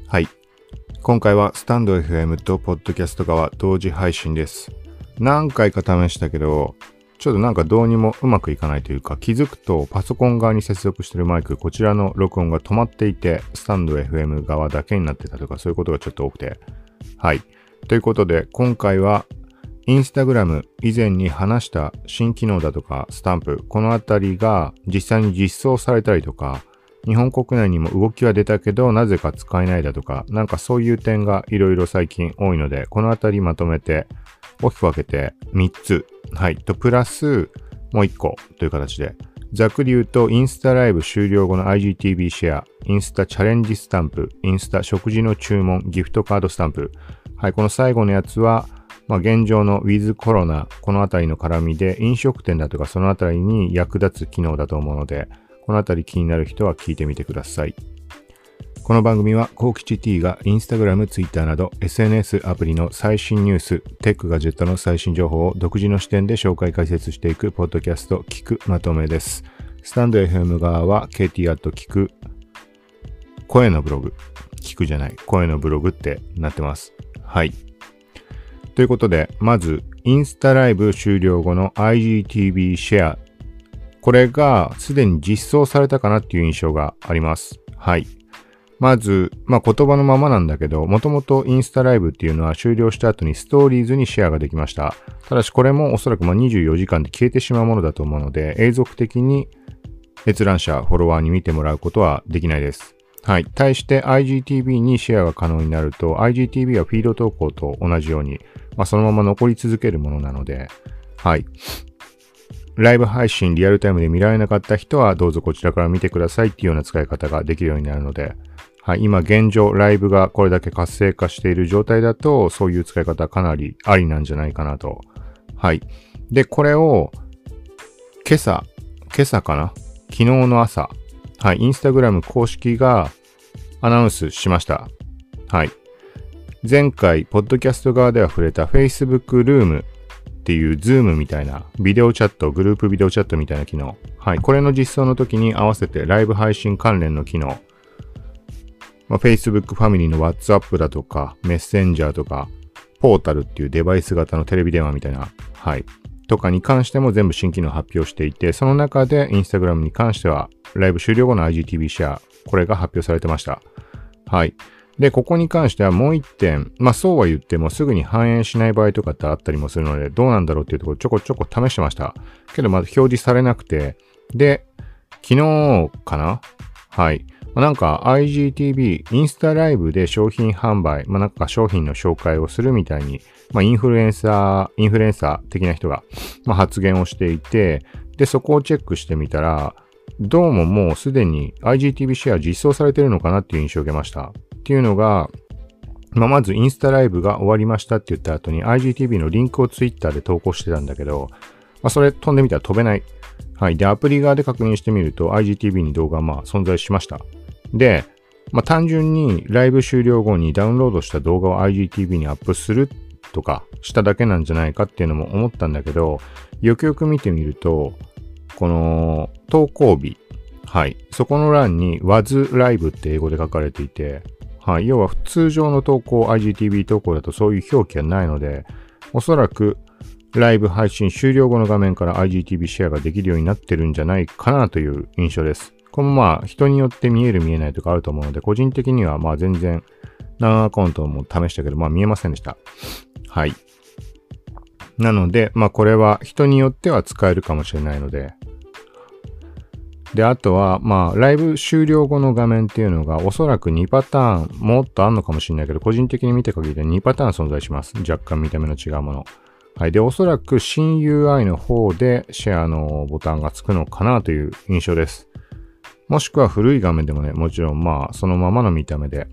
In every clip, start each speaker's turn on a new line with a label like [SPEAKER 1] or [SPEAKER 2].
[SPEAKER 1] はい。今回はスタンド FM とポッドキャスト側同時配信です。何回か試したけど、ちょっとなんかどうにもうまくいかないというか、気づくとパソコン側に接続しているマイク、こちらの録音が止まっていて、スタンド FM 側だけになってたとか、そういうことがちょっと多くて。はい。ということで、今回はインスタグラム以前に話した新機能だとかスタンプ、このあたりが実際に実装されたりとか、日本国内にも動きは出たけどなぜか使えないだとか、なんかそういう点がいろいろ最近多いので、このあたりまとめて大きく分けて3つ、はい、とプラスもう1個という形で、ざっくり言うとインスタライブ終了後の IGTV シェア、インスタチャレンジスタンプ、インスタ食事の注文、ギフトカードスタンプ、はい、この最後のやつは現状のウィズコロナ、このあたりの絡みで飲食店だとかそのあたりに役立つ機能だと思うので、このあたり気になる人は聞いてみてください。この番組はコウキチ T がインスタグラム、ツイッターなど SNS アプリの最新ニュース、テックガジェットの最新情報を独自の視点で紹介解説していくポッドキャスト聞くまとめです。スタンド FM 側は KT 聞く声のブログ、聞くじゃない、声のブログってなってます。はい。ということで、まず、インスタライブ終了後の IGTV シェア。これがすでに実装されたかなっていう印象があります。はい。まず、言葉のままなんだけど、もともとインスタライブっていうのは終了した後にストーリーズにシェアができました。ただしこれもおそらく24時間で消えてしまうものだと思うので、永続的に閲覧者、フォロワーに見てもらうことはできないです。はい。対して IGTV にシェアが可能になると、IGTV はフィード投稿と同じように、そのまま残り続けるものなので、はい。ライブ配信リアルタイムで見られなかった人はどうぞこちらから見てくださいっていうような使い方ができるようになるので、はい。今現状ライブがこれだけ活性化している状態だと、そういう使い方かなりありなんじゃないかなと。はい。で、これを今朝かな？昨日の朝、はい。インスタグラム公式がアナウンスしました。はい。前回、ポッドキャスト側では触れた Facebook ルームっていう Zoom みたいなビデオチャット、グループビデオチャットみたいな機能。はい。これの実装の時に合わせてライブ配信関連の機能。Facebook ファミリーの WhatsApp だとか、メッセンジャーとか、ポータルっていうデバイス型のテレビ電話みたいな、はい。とかに関しても全部新機能発表していて、その中で Instagram に関しては、ライブ終了後の IGTV シェア、これが発表されてました。はい。で、ここに関してはもう一点、そうは言ってもすぐに反映しない場合とかってあったりもするので、どうなんだろうっていうところちょこちょこ試してました。けど表示されなくて、で、昨日かな？はい。なんか IGTV、インスタライブで商品販売、なんか商品の紹介をするみたいに、インフルエンサー的な人が、発言をしていて、で、そこをチェックしてみたら、どうももうすでに IGTV シェア実装されてるのかなっていう印象を受けました。っていうのが、まずインスタライブが終わりましたって言った後に IGTV のリンクをツイッターで投稿してたんだけど、それ飛んでみたら飛べない。はい。で、アプリ側で確認してみると IGTV に動画は存在しました。で、単純にライブ終了後にダウンロードした動画を IGTV にアップするとかしただけなんじゃないかっていうのも思ったんだけど、よくよく見てみると、この投稿日、はい。そこの欄に was live って英語で書かれていて、はい。要は通常の投稿、IGTV 投稿だとそういう表記がないので、おそらくライブ配信終了後の画面から IGTV シェアができるようになってるんじゃないかなという印象です。これも人によって見える見えないとかあると思うので、個人的には全然何アカウントも試したけど、見えませんでした。はい。なので、これは人によっては使えるかもしれないので、で、あとは、ライブ終了後の画面っていうのがおそらく2パターン、もっとあんのかもしれないけど、個人的に見て限りで2パターン存在します。若干見た目の違うもの。はい。で、おそらく新 UI の方でシェアのボタンがつくのかなという印象です。もしくは古い画面でもね、もちろんそのままの見た目で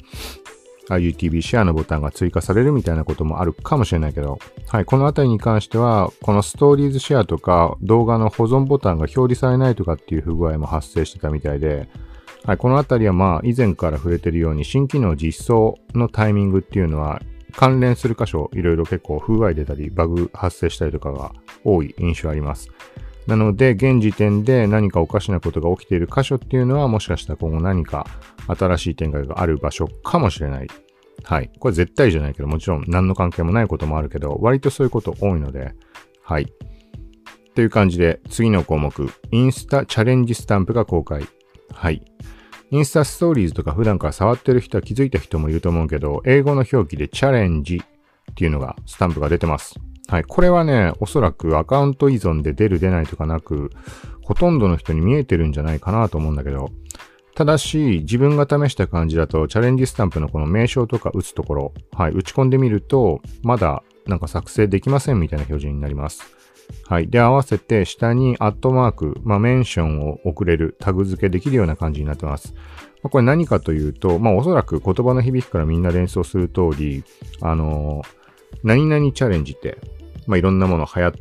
[SPEAKER 1] IGTV シェアのボタンが追加されるみたいなこともあるかもしれないけど、はい、このあたりに関しては、このストーリーズシェアとか動画の保存ボタンが表示されないとかっていう不具合も発生してたみたいで、はい、このあたりは以前から触れてるように新機能実装のタイミングっていうのは関連する箇所いろいろ結構不具合出たりバグ発生したりとかが多い印象あります。なので現時点で何かおかしなことが起きている箇所っていうのはもしかしたら今後何か新しい展開がある場所かもしれない。はい。これ絶対じゃないけど、もちろん何の関係もないこともあるけど、割とそういうこと多いので、はい。という感じで、次の項目、インスタチャレンジスタンプが公開。はい。インスタストーリーズとか普段から触ってる人は気づいた人もいると思うけど、英語の表記でチャレンジっていうのが、スタンプが出てます。はい。これはね、おそらくアカウント依存で出る出ないとかなく、ほとんどの人に見えてるんじゃないかなと思うんだけど、ただし、自分が試した感じだと、チャレンジスタンプのこの名称とか打つところ、はい、打ち込んでみると、まだなんか作成できませんみたいな表示になります。はい。で、合わせて下にアットマーク、メンションを送れる、タグ付けできるような感じになってます。これ何かというと、おそらく言葉の響きからみんな連想する通り、何々チャレンジって、いろんなもの流行って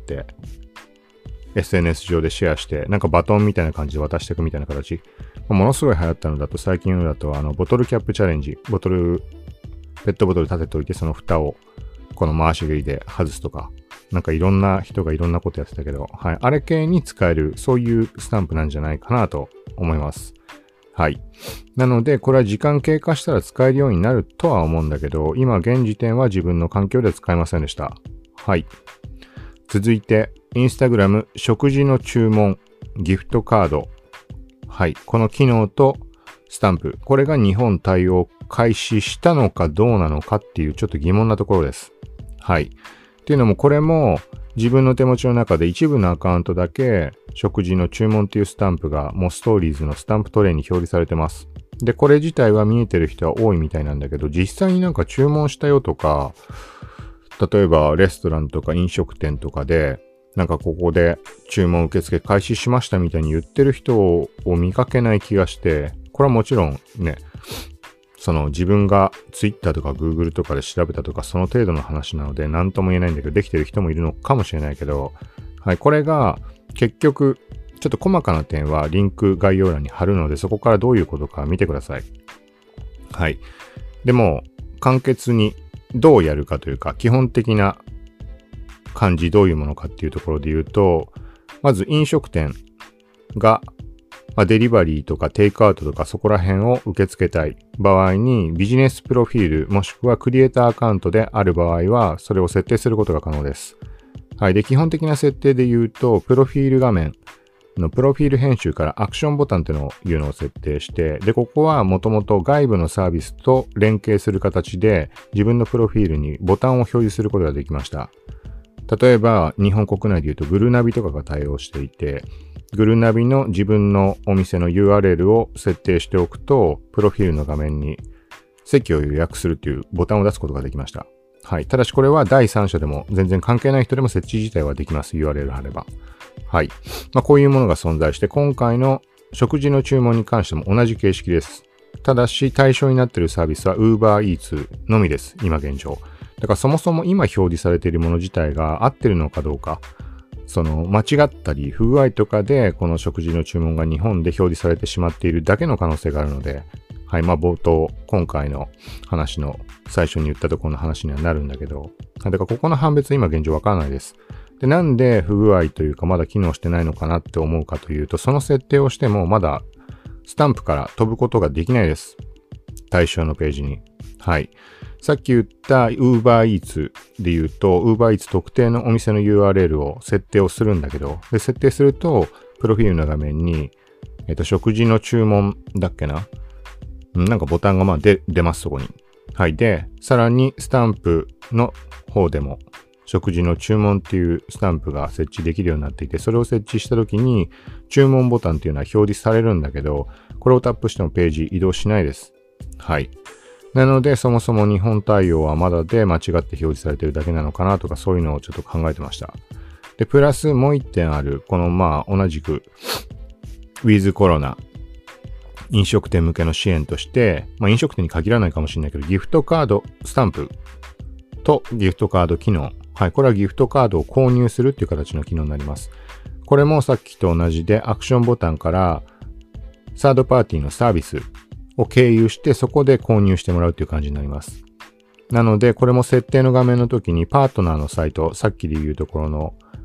[SPEAKER 1] 、SNS 上でシェアして、なんかバトンみたいな感じで渡していくみたいな形。ものすごい流行ったのだと、最近のだと、ボトルキャップチャレンジ。ペットボトル立てといて、その蓋を、この回し蹴りで外すとか。なんかいろんな人がいろんなことやってたけど、はい。あれ系に使える、そういうスタンプなんじゃないかなと思います。はい。なので、これは時間経過したら使えるようになるとは思うんだけど、今現時点は自分の環境で使えませんでした。はい。続いて、インスタグラム、食事の注文、ギフトカード。はい。この機能とスタンプ。これが日本対応開始したのかどうなのかっていうちょっと疑問なところです。はい。っていうのもこれも自分の手持ちの中で一部のアカウントだけ食事の注文っていうスタンプがもうストーリーズのスタンプトレイに表示されてます。で、これ自体は見えてる人は多いみたいなんだけど、実際になんか注文したよとか、例えばレストランとか飲食店とかで、なんかここで注文受付開始しましたみたいに言ってる人を見かけない気がして、これはもちろんね、その自分が Twitter とか Google とかで調べたとかその程度の話なので何とも言えないんだけど、できてる人もいるのかもしれないけど、はい、これが結局ちょっと細かな点はリンク概要欄に貼るので、そこからどういうことか見てください。はい。でも簡潔にどうやるかというか、基本的な感じどういうものかっていうところで言うと、まず飲食店がデリバリーとかテイクアウトとかそこら辺を受け付けたい場合にビジネスプロフィールもしくはクリエイターアカウントである場合はそれを設定することが可能です。はい。で、基本的な設定で言うと、プロフィール画面のプロフィール編集からアクションボタンっていうのを設定して、で、ここはもともと外部のサービスと連携する形で自分のプロフィールにボタンを表示することができました。例えば、日本国内で言うとグルナビとかが対応していて、グルナビの自分のお店の URL を設定しておくと、プロフィールの画面に席を予約するっていうボタンを出すことができました。はい。ただしこれは第三者でも全然関係ない人でも設置自体はできます。URL 貼れば。はい。こういうものが存在して、今回の食事の注文に関しても同じ形式です。ただし対象になっているサービスは Uber Eats のみです。今現状。だからそもそも今表示されているもの自体が合ってるのかどうか、間違ったり不具合とかでこの食事の注文が日本で表示されてしまっているだけの可能性があるので、はい。冒頭、今回の話の最初に言ったところの話にはなるんだけど、だからここの判別今現状わからないです。で、なんで不具合というかまだ機能してないのかなって思うかというと、その設定をしてもまだスタンプから飛ぶことができないです。対象のページに。はい。さっき言った Uber Eats で言うと、Uber Eats 特定のお店の URL を設定をするんだけど、で、設定すると、プロフィールの画面に、食事の注文だっけな？なんかボタンが出ます、そこに。はい。で、さらにスタンプの方でも、食事の注文っていうスタンプが設置できるようになっていて、それを設置したときに、注文ボタンっていうのは表示されるんだけど、これをタップしてもページ移動しないです。はい。なので、そもそも日本対応はまだで間違って表示されているだけなのかなとか、そういうのをちょっと考えてました。で、プラスもう一点ある、この同じく、ウィズコロナ、飲食店向けの支援として、飲食店に限らないかもしれないけど、ギフトカードスタンプとギフトカード機能。はい、これはギフトカードを購入するっていう形の機能になります。これもさっきと同じで、アクションボタンからサードパーティーのサービスを経由してそこで購入してもらうという感じになります。なので、これも設定の画面の時にパートナーのサイト、さっきで言うところの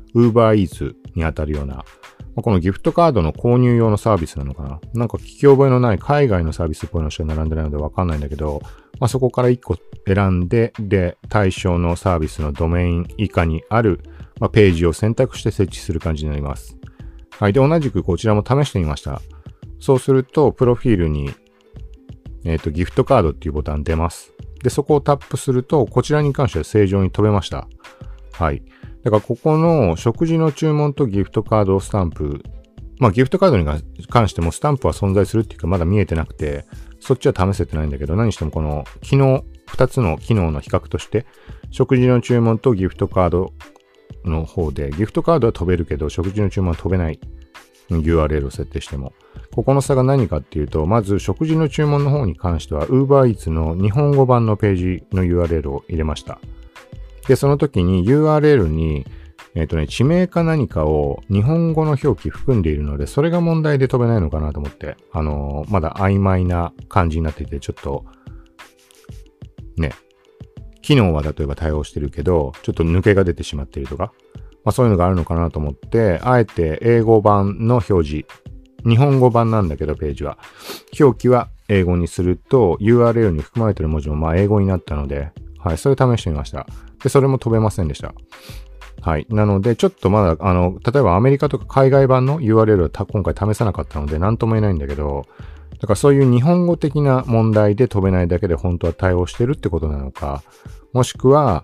[SPEAKER 1] Uber Eats に当たるような、このギフトカードの購入用のサービスなのかな。なんか聞き覚えのない海外のサービスっぽいのしか並んでないのでわかんないんだけど、そこから1個選んで、で、対象のサービスのドメイン以下にある、ページを選択して設置する感じになります。はい。で、同じくこちらも試してみました。そうすると、プロフィールに、ギフトカードっていうボタン出ます。で、そこをタップすると、こちらに関しては正常に飛べました。はい。だからここの食事の注文とギフトカードスタンプ、ギフトカードに関してもスタンプは存在するっていうかまだ見えてなくて、そっちは試せてないんだけど、何してもこの機能、2つの機能の比較として、食事の注文とギフトカードの方で、ギフトカードは飛べるけど、食事の注文は飛べない URL を設定しても。ここの差が何かっていうと、まず食事の注文の方に関しては、Uber Eats の日本語版のページの URL を入れました。で、その時に URL に、地名か何かを日本語の表記含んでいるので、それが問題で飛べないのかなと思って、まだ曖昧な感じになっていて、ちょっと、ね、機能は例えば対応してるけど、ちょっと抜けが出てしまっているとか、そういうのがあるのかなと思って、あえて英語版の表示、日本語版なんだけどページは、表記は英語にすると URL に含まれている文字も英語になったので、はい、それ試してみました。で、それも飛べませんでした。はい。なので、ちょっとまだ、例えばアメリカとか海外版の URL は今回試さなかったので、なんとも言えないんだけど、だからそういう日本語的な問題で飛べないだけで本当は対応してるってことなのか、もしくは、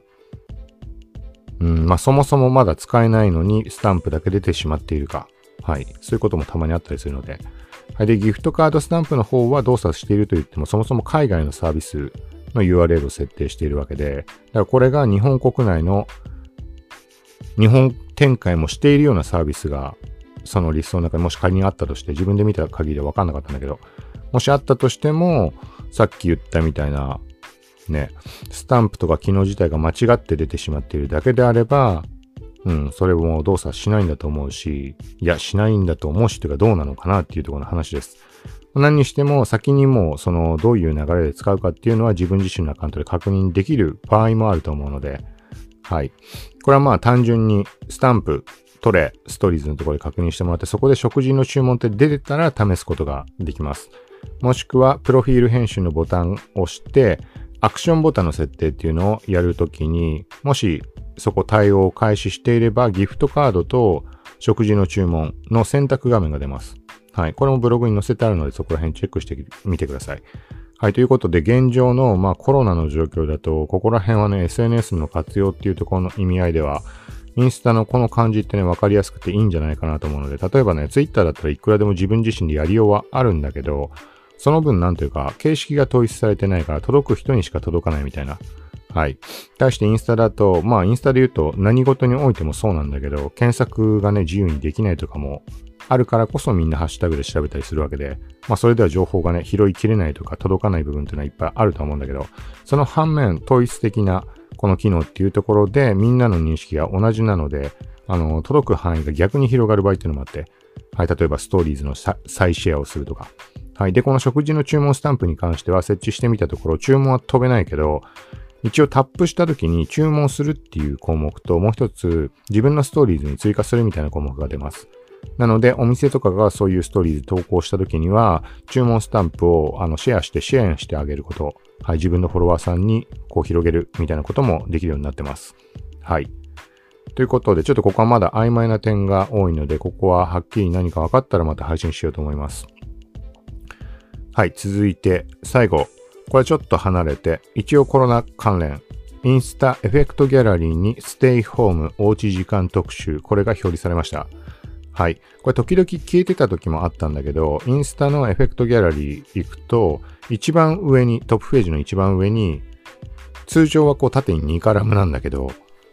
[SPEAKER 1] そもそもまだ使えないのにスタンプだけ出てしまっているか。はい。そういうこともたまにあったりするので。はい。で、ギフトカードスタンプの方は動作していると言っても、そもそも海外のサービスの URL を設定しているわけで、だからこれが日本国内の日本展開もしているようなサービスが、そのリストの中にもし仮にあったとして、自分で見た限りで分かんなかったんだけど、もしあったとしても、さっき言ったみたいな、ね、スタンプとか機能自体が間違って出てしまっているだけであれば、それも動作しないんだと思うし、いや、しないんだと思うし、というかどうなのかなっていうところの話です。何にしても先にもうどういう流れで使うかっていうのは自分自身のアカウントで確認できる場合もあると思うので、はい。これは単純にスタンプ、取れ、ストーリーズのところで確認してもらって、そこで食事の注文って出てたら試すことができます。もしくは、プロフィール編集のボタンを押して、アクションボタンの設定っていうのをやるときに、もしそこ対応を開始していれば、ギフトカードと食事の注文の選択画面が出ます。はい。これもブログに載せてあるので、そこら辺チェックしてみてください。はい。ということで、現状の、コロナの状況だと、ここら辺はね、SNS の活用っていうところの意味合いでは、インスタのこの感じってね、わかりやすくていいんじゃないかなと思うので、例えばね、Twitter だったらいくらでも自分自身でやりようはあるんだけど、その分なんというか、形式が統一されてないから、届く人にしか届かないみたいな。はい。対してインスタだと、インスタで言うと何事においてもそうなんだけど、検索がね、自由にできないとかもあるからこそみんなハッシュタグで調べたりするわけで、それでは情報がね、拾いきれないとか届かない部分っていうのはいっぱいあると思うんだけど、その反面、統一的なこの機能っていうところで、みんなの認識が同じなので、届く範囲が逆に広がる場合っていうのもあって、はい、例えばストーリーズの再シェアをするとか。はい。で、この食事の注文スタンプに関しては設置してみたところ、注文は飛べないけど、一応タップした時に注文するっていう項目と、もう一つ自分のストーリーズに追加するみたいな項目が出ます。なので、お店とかがそういうストーリーズ投稿した時には、注文スタンプをシェアして支援してあげること、はい、自分のフォロワーさんに広げるみたいなこともできるようになってます。はい。ということで、ちょっとここはまだ曖昧な点が多いので、ここははっきり何か分かったらまた配信しようと思います。はい、続いて、最後。これちょっと離れて、一応コロナ関連、インスタエフェクトギャラリーにステイホームおうち時間特集、これが表示されました。はい。これ時々消えてた時もあったんだけど、インスタのエフェクトギャラリー行くと、一番上に、トップページの一番上に、通常は縦に2カラムなんだけど、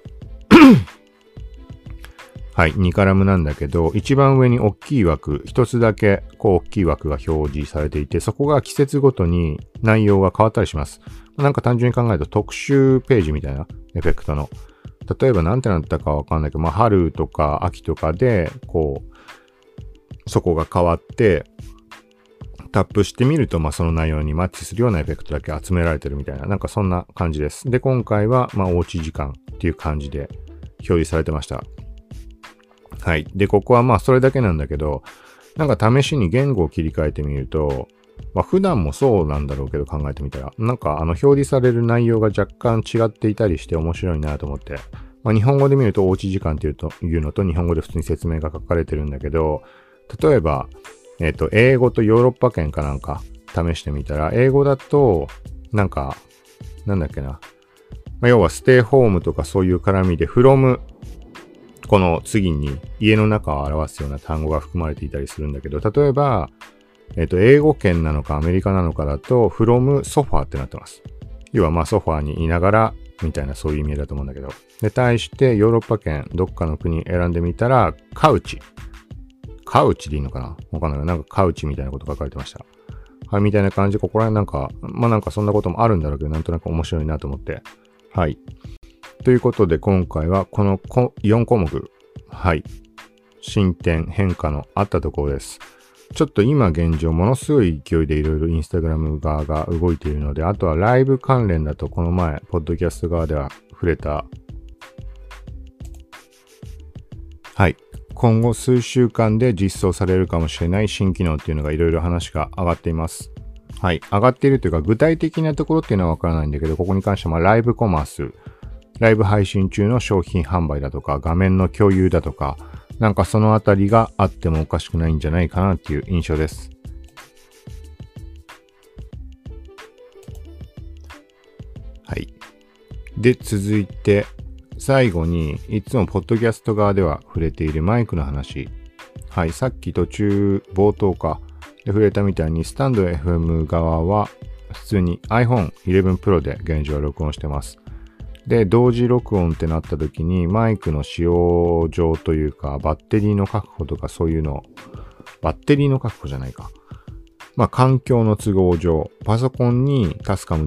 [SPEAKER 1] はい、2カラムなんだけど、一番上に大きい枠、一つだけ大きい枠が表示されていて、そこが季節ごとに内容が変わったりします。なんか単純に考えると特集ページみたいなエフェクトの。例えばなんてなったかわかんないけど、春とか秋とかで、そこが変わって、タップしてみると、その内容にマッチするようなエフェクトだけ集められてるみたいな、なんかそんな感じです。で、今回は、おうち時間っていう感じで表示されてました。 はい。で、ここはまあそれだけなんだけど、なんか試しに言語を切り替えてみると、まあ普段もそうなんだろうけど考えてみたら、なんか表示される内容が若干違っていたりして面白いなと思って、まあ日本語で見るとおうち時間っていうのと日本語で普通に説明が書かれてるんだけど、例えば、英語とヨーロッパ圏かなんか試してみたら、英語だと、なんか、なんだっけな。まあ、要はステイホームとかそういう絡みで from この次に家の中を表すような単語が含まれていたりするんだけど、例えば、英語圏なのかアメリカなのかだと from ソファーってなってます。要はまあソファーにいながらみたいなそういう意味だと思うんだけど。で、対してヨーロッパ圏どっかの国選んでみたらカウチ。カウチでいいのかなわかんない。なんかカウチみたいなこと書かれてました。はい、みたいな感じで、ここら辺なんか、まあなんかそんなこともあるんだろうけど、なんとなく面白いなと思って。はい。ということで今回はこの4項目、はい。進展、変化のあったところです。ちょっと今現状ものすごい勢いでいろいろインスタグラム側が動いているので、あとはライブ関連だとこの前、ポッドキャスト側では触れた、はい。今後数週間で実装されるかもしれない新機能っていうのがいろいろ話が上がっています。はい。上がっているというか具体的なところっていうのはわからないんだけど、ここに関してはライブコマース、ライブ配信中の商品販売だとか、画面の共有だとか、なんかそのあたりがあってもおかしくないんじゃないかなっていう印象です。はい。で、続いて、最後に、いつもポッドキャスト側では触れているマイクの話。はい。さっき途中、冒頭か。で触れたみたいに、スタンド FM 側は、普通に iPhone 11 Pro で現状録音してます。で、同時録音ってなった時にマイクの使用上というか、バッテリーの確保とかそういうの、バッテリーの確保じゃないか。まあ、環境の都合上、パソコンに Tascam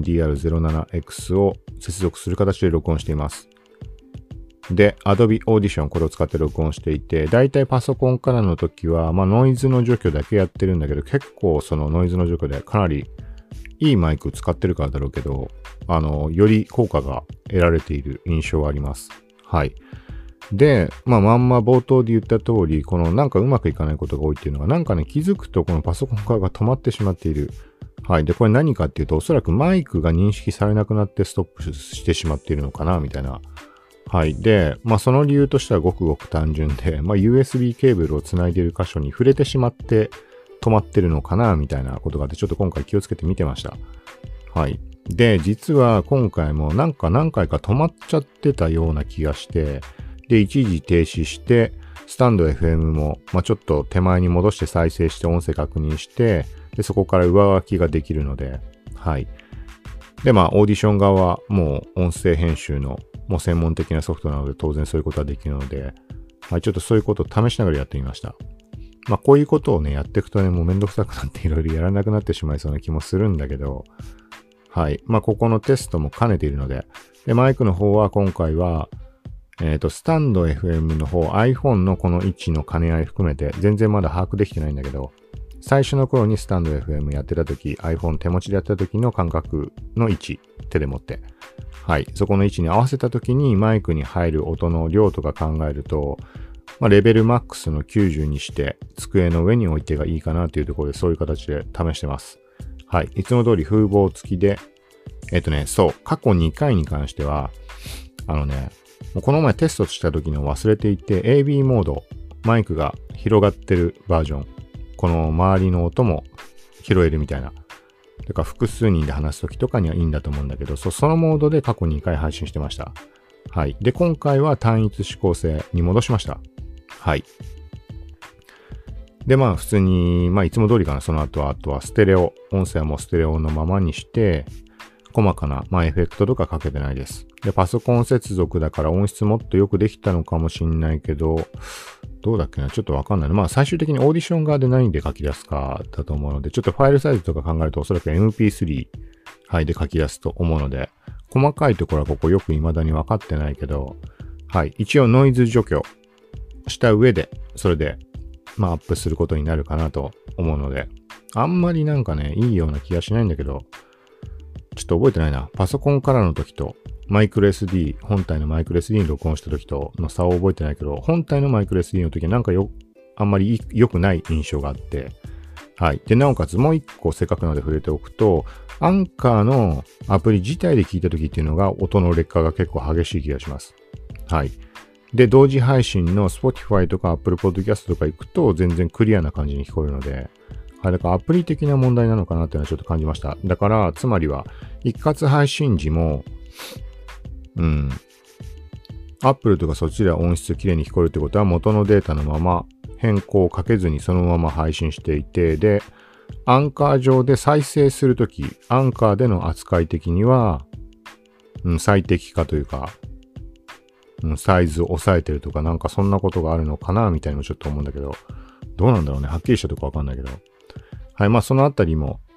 [SPEAKER 1] DR07X を接続する形で録音しています。で、Adobe Audition これを使って録音していて、だいたいパソコンからの時は、まあ、ノイズの除去だけやってるんだけど、結構そのノイズの除去でかなりいいマイク使ってるからだろうけど、より効果が得られている印象はあります。はい。で、まんま冒頭で言った通り、このなんかうまくいかないことが多いっていうのが、なんかね、気づくとこのパソコン側が止まってしまっている。はい。で、これ何かっていうと、おそらくマイクが認識されなくなってストップしてしまっているのかな、みたいな。はい。で、その理由としてはごくごく単純で、USB ケーブルをつないでいる箇所に触れてしまって止まってるのかな、みたいなことがあって、ちょっと今回気をつけて見てました。はい。で、実は今回もなんか何回か止まっちゃってたような気がして、で、一時停止して、スタンド FM も、ちょっと手前に戻して再生して音声確認して、で、そこから上書きができるので、はい。で、オーディション側はもう音声編集のもう専門的なソフトなので当然そういうことはできるので、はい、ちょっとそういうことを試しながらやってみました。こういうことをね、やっていくとね、もうめんどくさくなっていろいろやらなくなってしまいそうな気もするんだけど、はい。ここのテストも兼ねているので、で、マイクの方は今回は、スタンド FM の方、iPhone のこの位置の兼ね合い含めて、全然まだ把握できてないんだけど、最初の頃にスタンド FM やってた時、iPhone 手持ちでやった時の感覚の位置、手で持って、はい。そこの位置に合わせた時にマイクに入る音の量とか考えると、レベルマックスの90にして、机の上に置いてがいいかなというところで、そういう形で試してます。はい。いつも通り風防付きで、そう、過去2回に関しては、この前テストした時の忘れていて、AB モード、マイクが広がってるバージョン、この周りの音も拾えるみたいな。だから複数人で話す時とかにはいいんだと思うんだけど、そのモードで過去2回配信してました。はい。で、今回は単一指向性に戻しました。はい。で、普通に、いつも通りかな、その後は、あとはステレオ、音声はもうステレオのままにして、細かな、エフェクトとかかけてないです。で、パソコン接続だから音質もっとよくできたのかもしんないけど、どうだっけな、ちょっとわかんない。最終的にオーディション側で何で書き出すかだと思うので、ちょっとファイルサイズとか考えるとおそらく MP3、はい、で書き出すと思うので、細かいところはここよく未だに分かってないけど、はい、一応ノイズ除去した上で、それで、アップすることになるかなと思うので、あんまりなんかね、いいような気がしないんだけど、ちょっと覚えてないな。パソコンからの時とマイクロ SD、本体のマイクロ SD に録音した時との差を覚えてないけど、本体のマイクロ SD の時はなんかあんまり良くない印象があって、はい。で、なおかつもう一個せっかくなので触れておくと、アンカーのアプリ自体で聞いた時っていうのが音の劣化が結構激しい気がします。はい。で、同時配信の Spotify とか Apple Podcast とか行くと全然クリアな感じに聞こえるので、はい。だからアプリ的な問題なのかなっていうのはちょっと感じました。だから、つまりは一括配信時も、Apple とかそっちでは音質きれいに聞こえるってことは元のデータのまま変更をかけずにそのまま配信していて、で、アンカー上で再生するとき、アンカーでの扱い的には、最適化というか、サイズを抑えてるとかなんかそんなことがあるのかなみたいにもちょっと思うんだけど、どうなんだろうね。はっきりしたとこわかんないけど。はい、まあそのあたりも、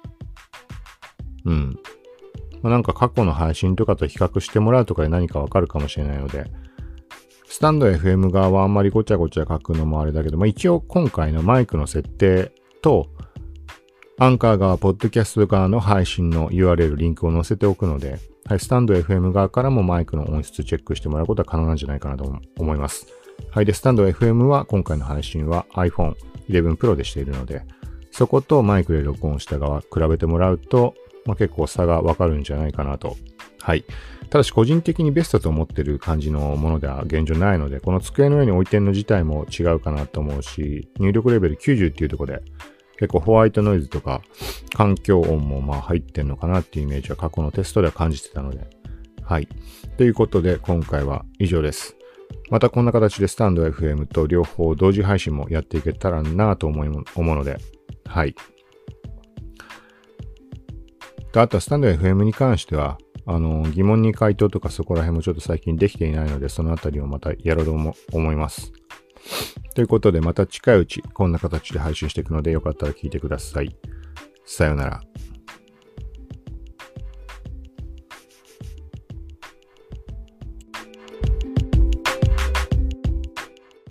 [SPEAKER 1] なんか過去の配信とかと比較してもらうとかで何かわかるかもしれないので、スタンド FM 側はあんまりごちゃごちゃ書くのもあれだけど、まあ一応今回のマイクの設定と、アンカー側、ポッドキャスト側の配信の URL、リンクを載せておくので、はい、スタンド FM 側からもマイクの音質チェックしてもらうことは可能なんじゃないかなと思います。はい、で、スタンド FM は今回の配信は iPhone 11 Pro でしているので、そことマイクで録音した側、比べてもらうと、結構差がわかるんじゃないかなと。はい。ただし個人的にベストと思ってる感じのものでは現状ないので、この机の上に置いてるの自体も違うかなと思うし、入力レベル90っていうところで、結構ホワイトノイズとか環境音も入ってんのかなっていうイメージは過去のテストでは感じてたので。はい。ということで今回は以上です。またこんな形でスタンド FM と両方同時配信もやっていけたらなと思うので。はい。あとはスタンド FM に関しては、疑問に回答とかそこら辺もちょっと最近できていないので、そのあたりをまたやろうと思います。ということで、また近いうちこんな形で配信していくので、よかったら聞いてください。さようなら。